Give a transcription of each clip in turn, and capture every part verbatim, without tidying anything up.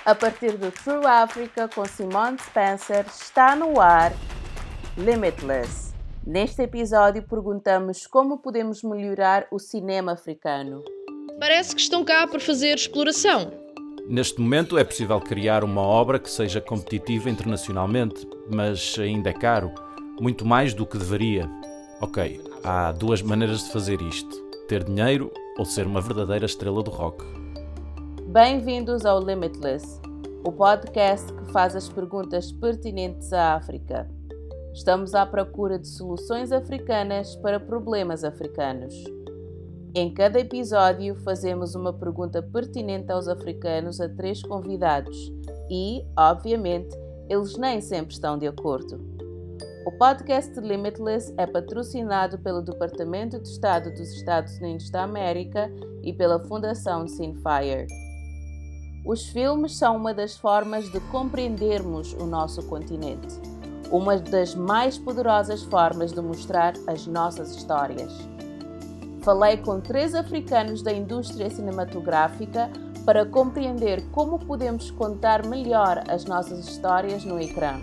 A partir do True Africa com Simone Spencer, está no ar Limitless. Neste episódio perguntamos como podemos melhorar o cinema africano. Parece que estão cá para fazer exploração. Neste momento é possível criar uma obra que seja competitiva internacionalmente, mas ainda é caro, muito mais do que deveria. Ok, há duas maneiras de fazer isto: ter dinheiro ou ser uma verdadeira estrela do rock. Bem-vindos ao Limitless, o podcast que faz as perguntas pertinentes à África. Estamos à procura de soluções africanas para problemas africanos. Em cada episódio, fazemos uma pergunta pertinente aos africanos a três convidados e, obviamente, eles nem sempre estão de acordo. O podcast Limitless é patrocinado pelo Departamento de Estado dos Estados Unidos da América e pela Fundação Cinefire. Os filmes são uma das formas de compreendermos o nosso continente, uma das mais poderosas formas de mostrar as nossas histórias. Falei com três africanos da indústria cinematográfica para compreender como podemos contar melhor as nossas histórias no ecrã.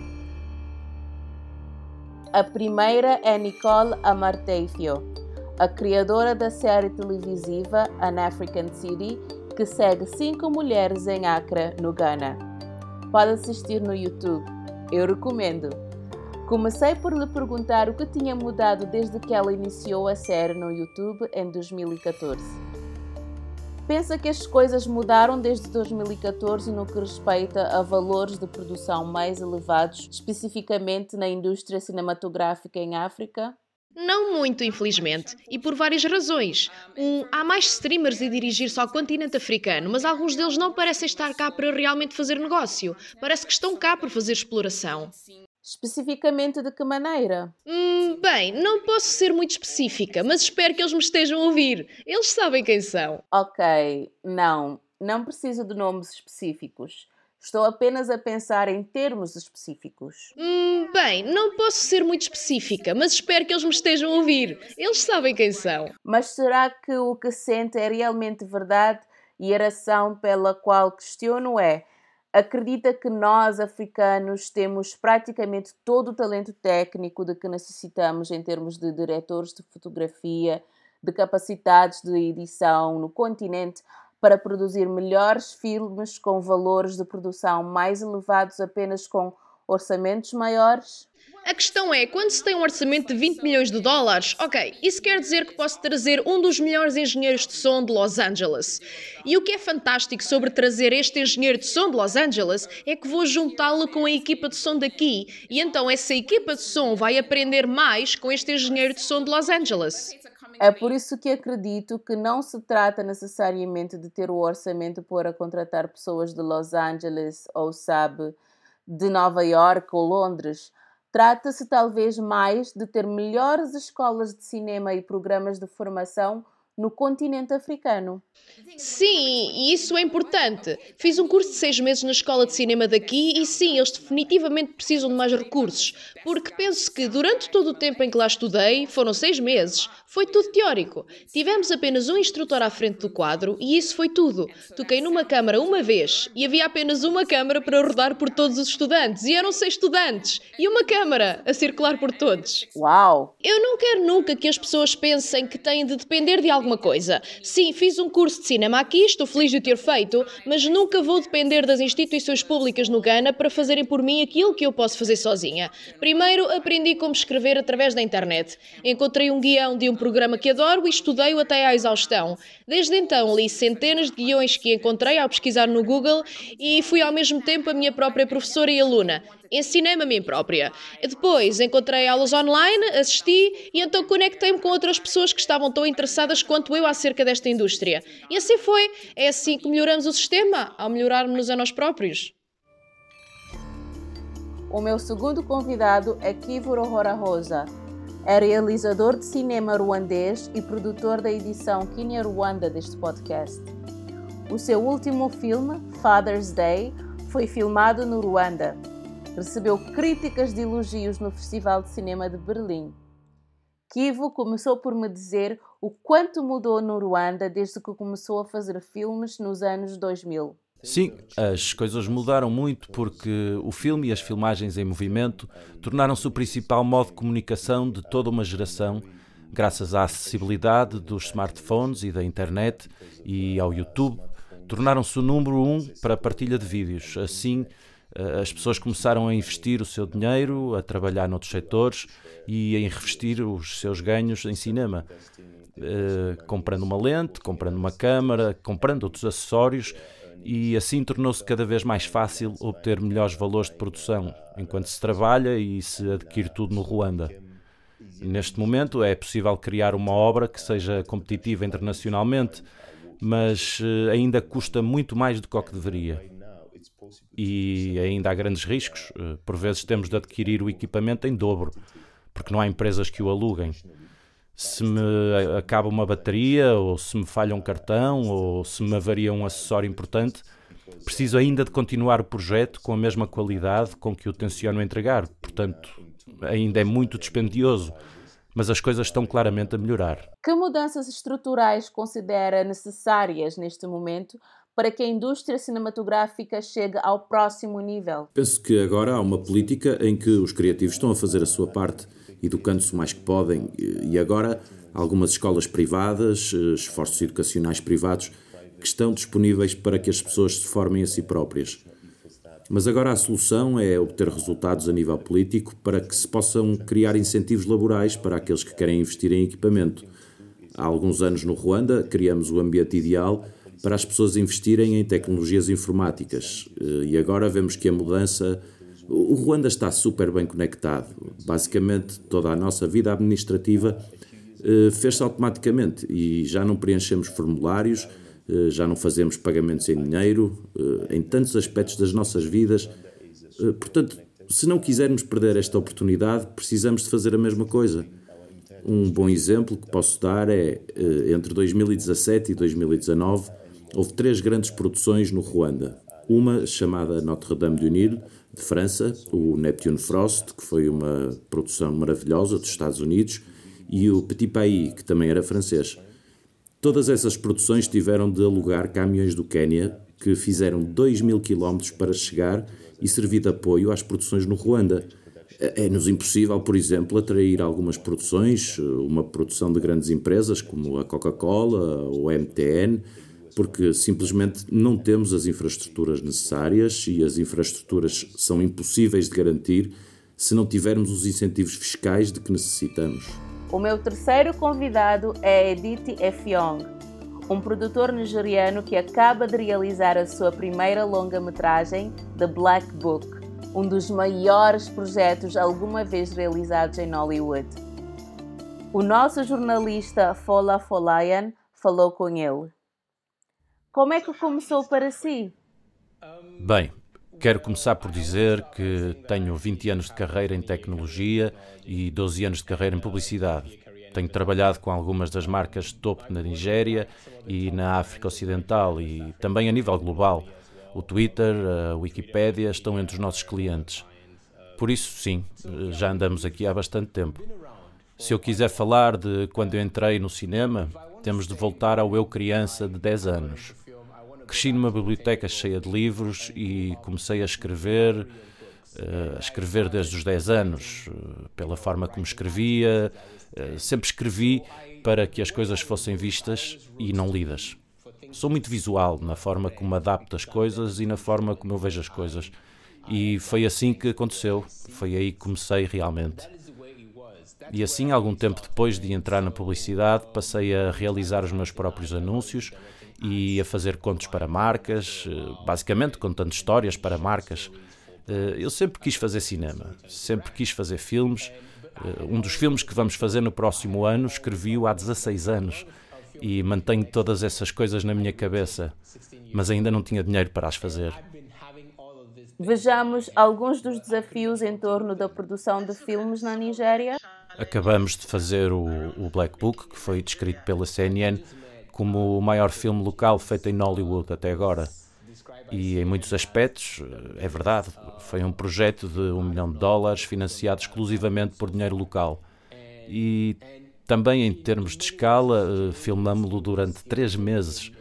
A primeira é Nicole Amarteifio, a criadora da série televisiva An African City, que segue cinco mulheres em Accra, no Ghana. Pode assistir no YouTube. Eu recomendo. Comecei por lhe perguntar o que tinha mudado desde que ela iniciou a série no YouTube em dois mil e catorze. Pensa que as coisas mudaram desde dois mil e catorze no que respeita a valores de produção mais elevados, especificamente na indústria cinematográfica em África? Não muito, infelizmente, e por várias razões. Um, há mais streamers a dirigir-se ao continente africano, mas alguns deles não parecem estar cá para realmente fazer negócio. Parece que estão cá para fazer exploração. Especificamente de que maneira? Hum, bem, não posso ser muito específica, mas espero que eles me estejam a ouvir. Eles sabem quem são. Ok, não, não preciso de nomes específicos. Estou apenas a pensar em termos específicos. Hum, bem, não posso ser muito específica, mas espero que eles me estejam a ouvir. Eles sabem quem são. Mas será que o que sente é realmente verdade e a razão pela qual questiono é: acredita que nós, africanos, temos praticamente todo o talento técnico de que necessitamos em termos de diretores de fotografia, de capacidades de edição no continente, para produzir melhores filmes com valores de produção mais elevados apenas com orçamentos maiores? A questão é, quando se tem um orçamento de vinte milhões de dólares, ok, isso quer dizer que posso trazer um dos melhores engenheiros de som de Los Angeles. E o que é fantástico sobre trazer este engenheiro de som de Los Angeles é que vou juntá-lo com a equipa de som daqui, e então essa equipa de som vai aprender mais com este engenheiro de som de Los Angeles. É por isso que acredito que não se trata necessariamente de ter o orçamento para contratar pessoas de Los Angeles ou, sabe, de Nova York ou Londres. Trata-se talvez mais de ter melhores escolas de cinema e programas de formação no continente africano. Sim, e isso é importante. Fiz um curso de seis meses na escola de cinema daqui e sim, eles definitivamente precisam de mais recursos, porque penso que durante todo o tempo em que lá estudei, foram seis meses, foi tudo teórico. Tivemos apenas um instrutor à frente do quadro e isso foi tudo. Toquei numa câmara uma vez e havia apenas uma câmara para rodar por todos os estudantes e eram seis estudantes e uma câmara a circular por todos. Uau! Eu não quero nunca que as pessoas pensem que têm de depender de alguma coisa. Sim, fiz um curso de cinema aqui, estou feliz de o ter feito, mas nunca vou depender das instituições públicas no Ghana para fazerem por mim aquilo que eu posso fazer sozinha. Primeiro, aprendi como escrever através da internet. Encontrei um guião de um programa que adoro e estudei-o até à exaustão. Desde então, li centenas de guiões que encontrei ao pesquisar no Google e fui ao mesmo tempo a minha própria professora e aluna. Ensinei-me a mim própria. Depois encontrei aulas online, assisti e então conectei-me com outras pessoas que estavam tão interessadas quanto eu acerca desta indústria. E assim foi. É assim que melhoramos o sistema, ao melhorarmos a nós próprios. O meu segundo convidado é Kivu Ruhorahoza. É realizador de cinema ruandês e produtor da edição Kenya Ruanda deste podcast. O seu último filme, Father's Day, foi filmado no Ruanda. Recebeu críticas de elogios no Festival de Cinema de Berlim. Kivu começou por me dizer o quanto mudou no Ruanda desde que começou a fazer filmes nos anos dois mil. Sim, as coisas mudaram muito porque o filme e as filmagens em movimento tornaram-se o principal modo de comunicação de toda uma geração, graças à acessibilidade dos smartphones e da internet e ao YouTube. Tornaram-se o número um para a partilha de vídeos. Assim, as pessoas começaram a investir o seu dinheiro, a trabalhar noutros setores e a investir os seus ganhos em cinema. Uh, comprando uma lente, comprando uma câmara, comprando outros acessórios, e assim tornou-se cada vez mais fácil obter melhores valores de produção, enquanto se trabalha e se adquire tudo no Ruanda. Neste momento é possível criar uma obra que seja competitiva internacionalmente, mas uh, ainda custa muito mais do que o que deveria. E ainda há grandes riscos. Uh, por vezes temos de adquirir o equipamento em dobro, porque não há empresas que o aluguem. Se me acaba uma bateria, ou se me falha um cartão, ou se me avaria um acessório importante, preciso ainda de continuar o projeto com a mesma qualidade com que o tenciono entregar. Portanto, ainda é muito dispendioso, mas as coisas estão claramente a melhorar. Que mudanças estruturais considera necessárias neste momento para que a indústria cinematográfica chegue ao próximo nível? Penso que agora há uma política em que os criativos estão a fazer a sua parte, educando-se o mais que podem, e agora algumas escolas privadas, esforços educacionais privados, que estão disponíveis para que as pessoas se formem a si próprias. Mas agora a solução é obter resultados a nível político para que se possam criar incentivos laborais para aqueles que querem investir em equipamento. Há alguns anos no Ruanda criamos o ambiente ideal para as pessoas investirem em tecnologias informáticas, e agora vemos que a mudança... O Ruanda está super bem conectado. Basicamente, toda a nossa vida administrativa eh, fez-se automaticamente e já não preenchemos formulários, eh, já não fazemos pagamentos em dinheiro, eh, em tantos aspectos das nossas vidas. Eh, portanto, se não quisermos perder esta oportunidade, precisamos de fazer a mesma coisa. Um bom exemplo que posso dar é, eh, entre dois mil e dezassete e dois mil e dezanove, houve três grandes produções no Ruanda. Uma chamada Notre-Dame du Nil, de França, o Neptune Frost, que foi uma produção maravilhosa dos Estados Unidos, e o Petit Pays, que também era francês. Todas essas produções tiveram de alugar caminhões do Quénia, que fizeram dois mil quilómetros para chegar e servir de apoio às produções no Ruanda. É-nos impossível, por exemplo, atrair algumas produções, uma produção de grandes empresas como a Coca-Cola ou a M T N, porque simplesmente não temos as infraestruturas necessárias e as infraestruturas são impossíveis de garantir se não tivermos os incentivos fiscais de que necessitamos. O meu terceiro convidado é Edith Effiong, um produtor nigeriano que acaba de realizar a sua primeira longa-metragem, The Black Book, um dos maiores projetos alguma vez realizados em Hollywood. O nosso jornalista Fola Folayan falou com ele. Como é que começou para si? Bem, quero começar por dizer que tenho vinte anos de carreira em tecnologia e doze anos de carreira em publicidade. Tenho trabalhado com algumas das marcas de topo na Nigéria e na África Ocidental e também a nível global. O Twitter, a Wikipédia estão entre os nossos clientes. Por isso, sim, já andamos aqui há bastante tempo. Se eu quiser falar de quando eu entrei no cinema, temos de voltar ao eu criança de dez anos. Cresci numa biblioteca cheia de livros e comecei a escrever, a escrever desde os dez anos, pela forma como escrevia. Sempre escrevi para que as coisas fossem vistas e não lidas. Sou muito visual na forma como adapto as coisas e na forma como eu vejo as coisas. E foi assim que aconteceu, foi aí que comecei realmente. E assim, algum tempo depois de entrar na publicidade, passei a realizar os meus próprios anúncios e a fazer contos para marcas, basicamente contando histórias para marcas. Eu sempre quis fazer cinema, sempre quis fazer filmes. Um dos filmes que vamos fazer no próximo ano escrevi-o há dezasseis anos e mantenho todas essas coisas na minha cabeça, mas ainda não tinha dinheiro para as fazer. Vejamos alguns dos desafios em torno da produção de filmes na Nigéria. Acabamos de fazer o, o Black Book, que foi descrito pela C N N como o maior filme local feito em Hollywood até agora. E em muitos aspectos, é verdade, foi um projeto de um milhão de dólares financiado exclusivamente por dinheiro local. E também em termos de escala, filmámo-lo durante três meses.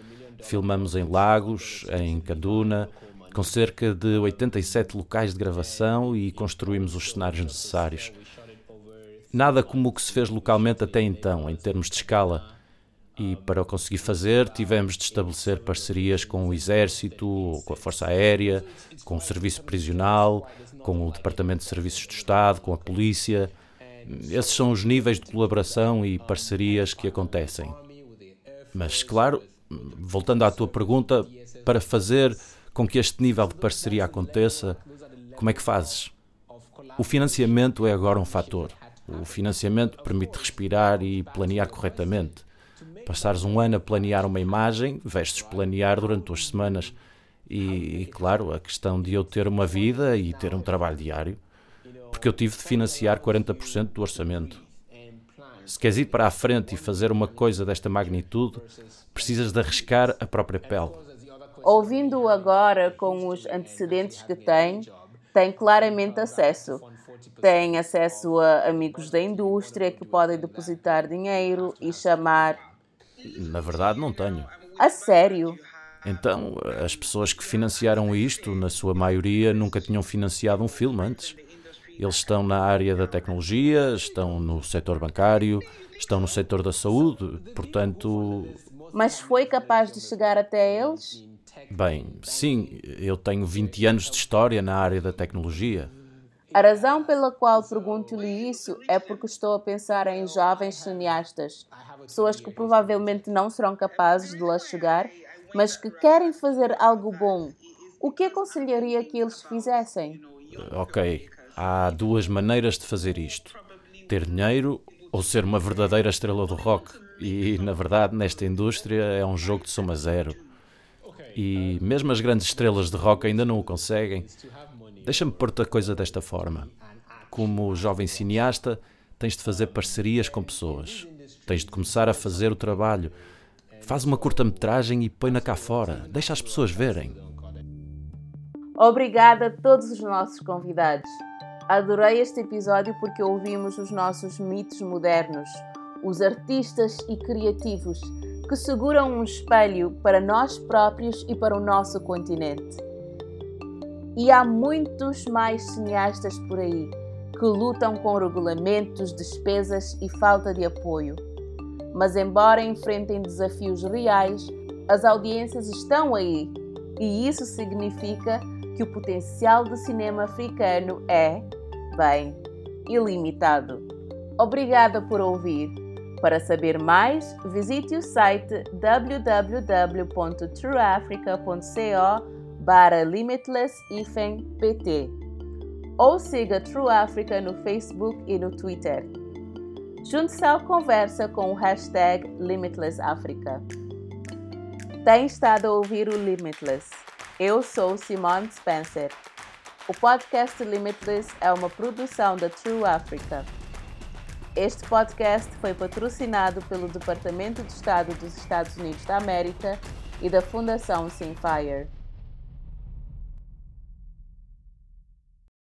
Filmamos em Lagos, em Kaduna, com cerca de oitenta e sete locais de gravação e construímos os cenários necessários. Nada como o que se fez localmente até então, em termos de escala. E para o conseguir fazer, tivemos de estabelecer parcerias com o Exército, com a Força Aérea, com o Serviço Prisional, com o Departamento de Serviços do Estado, com a Polícia. Esses são os níveis de colaboração e parcerias que acontecem. Mas, claro, voltando à tua pergunta, para fazer com que este nível de parceria aconteça, como é que fazes? O financiamento é agora um fator. O financiamento permite respirar e planear corretamente. Passares um ano a planear uma imagem, vestes planear durante duas semanas. E, e, claro, a questão de eu ter uma vida e ter um trabalho diário, porque eu tive de financiar quarenta por cento do orçamento. Se queres ir para a frente e fazer uma coisa desta magnitude, precisas de arriscar a própria pele. Ouvindo-o agora com os antecedentes que tem, tem claramente acesso. Tem acesso a amigos da indústria que podem depositar dinheiro e chamar... Na verdade, não tenho. A sério? Então, as pessoas que financiaram isto, na sua maioria, nunca tinham financiado um filme antes. Eles estão na área da tecnologia, estão no setor bancário, estão no setor da saúde, portanto... Mas foi capaz de chegar até eles? Bem, sim, eu tenho vinte anos de história na área da tecnologia. A razão pela qual pergunto-lhe isso é porque estou a pensar em jovens cineastas, pessoas que provavelmente não serão capazes de lá chegar, mas que querem fazer algo bom. O que aconselharia que eles fizessem? Ok, há duas maneiras de fazer isto. Ter dinheiro ou ser uma verdadeira estrela do rock. E, na verdade, nesta indústria é um jogo de soma zero. E mesmo as grandes estrelas de rock ainda não o conseguem. Deixa-me pôr-te a coisa desta forma. Como jovem cineasta, tens de fazer parcerias com pessoas. Tens de começar a fazer o trabalho. Faz uma curta-metragem e põe-na cá fora. Deixa as pessoas verem. Obrigada a todos os nossos convidados. Adorei este episódio porque ouvimos os nossos mitos modernos, os artistas e criativos que seguram um espelho para nós próprios e para o nosso continente. E há muitos mais cineastas por aí que lutam com regulamentos, despesas e falta de apoio. Mas embora enfrentem desafios reais, as audiências estão aí. E isso significa que o potencial do cinema africano é, bem, ilimitado. Obrigada por ouvir. Para saber mais, visite o site w w w ponto true africa ponto co barra limitless P T ou siga True Africa no Facebook e no Twitter. Junte-se à conversa com o hashtag Limitless Africa. Tem estado a ouvir o Limitless. Eu sou Simone Spencer. O podcast Limitless é uma produção da True Africa. Este podcast foi patrocinado pelo Departamento de Estado dos Estados Unidos da América e da Fundação Simfire.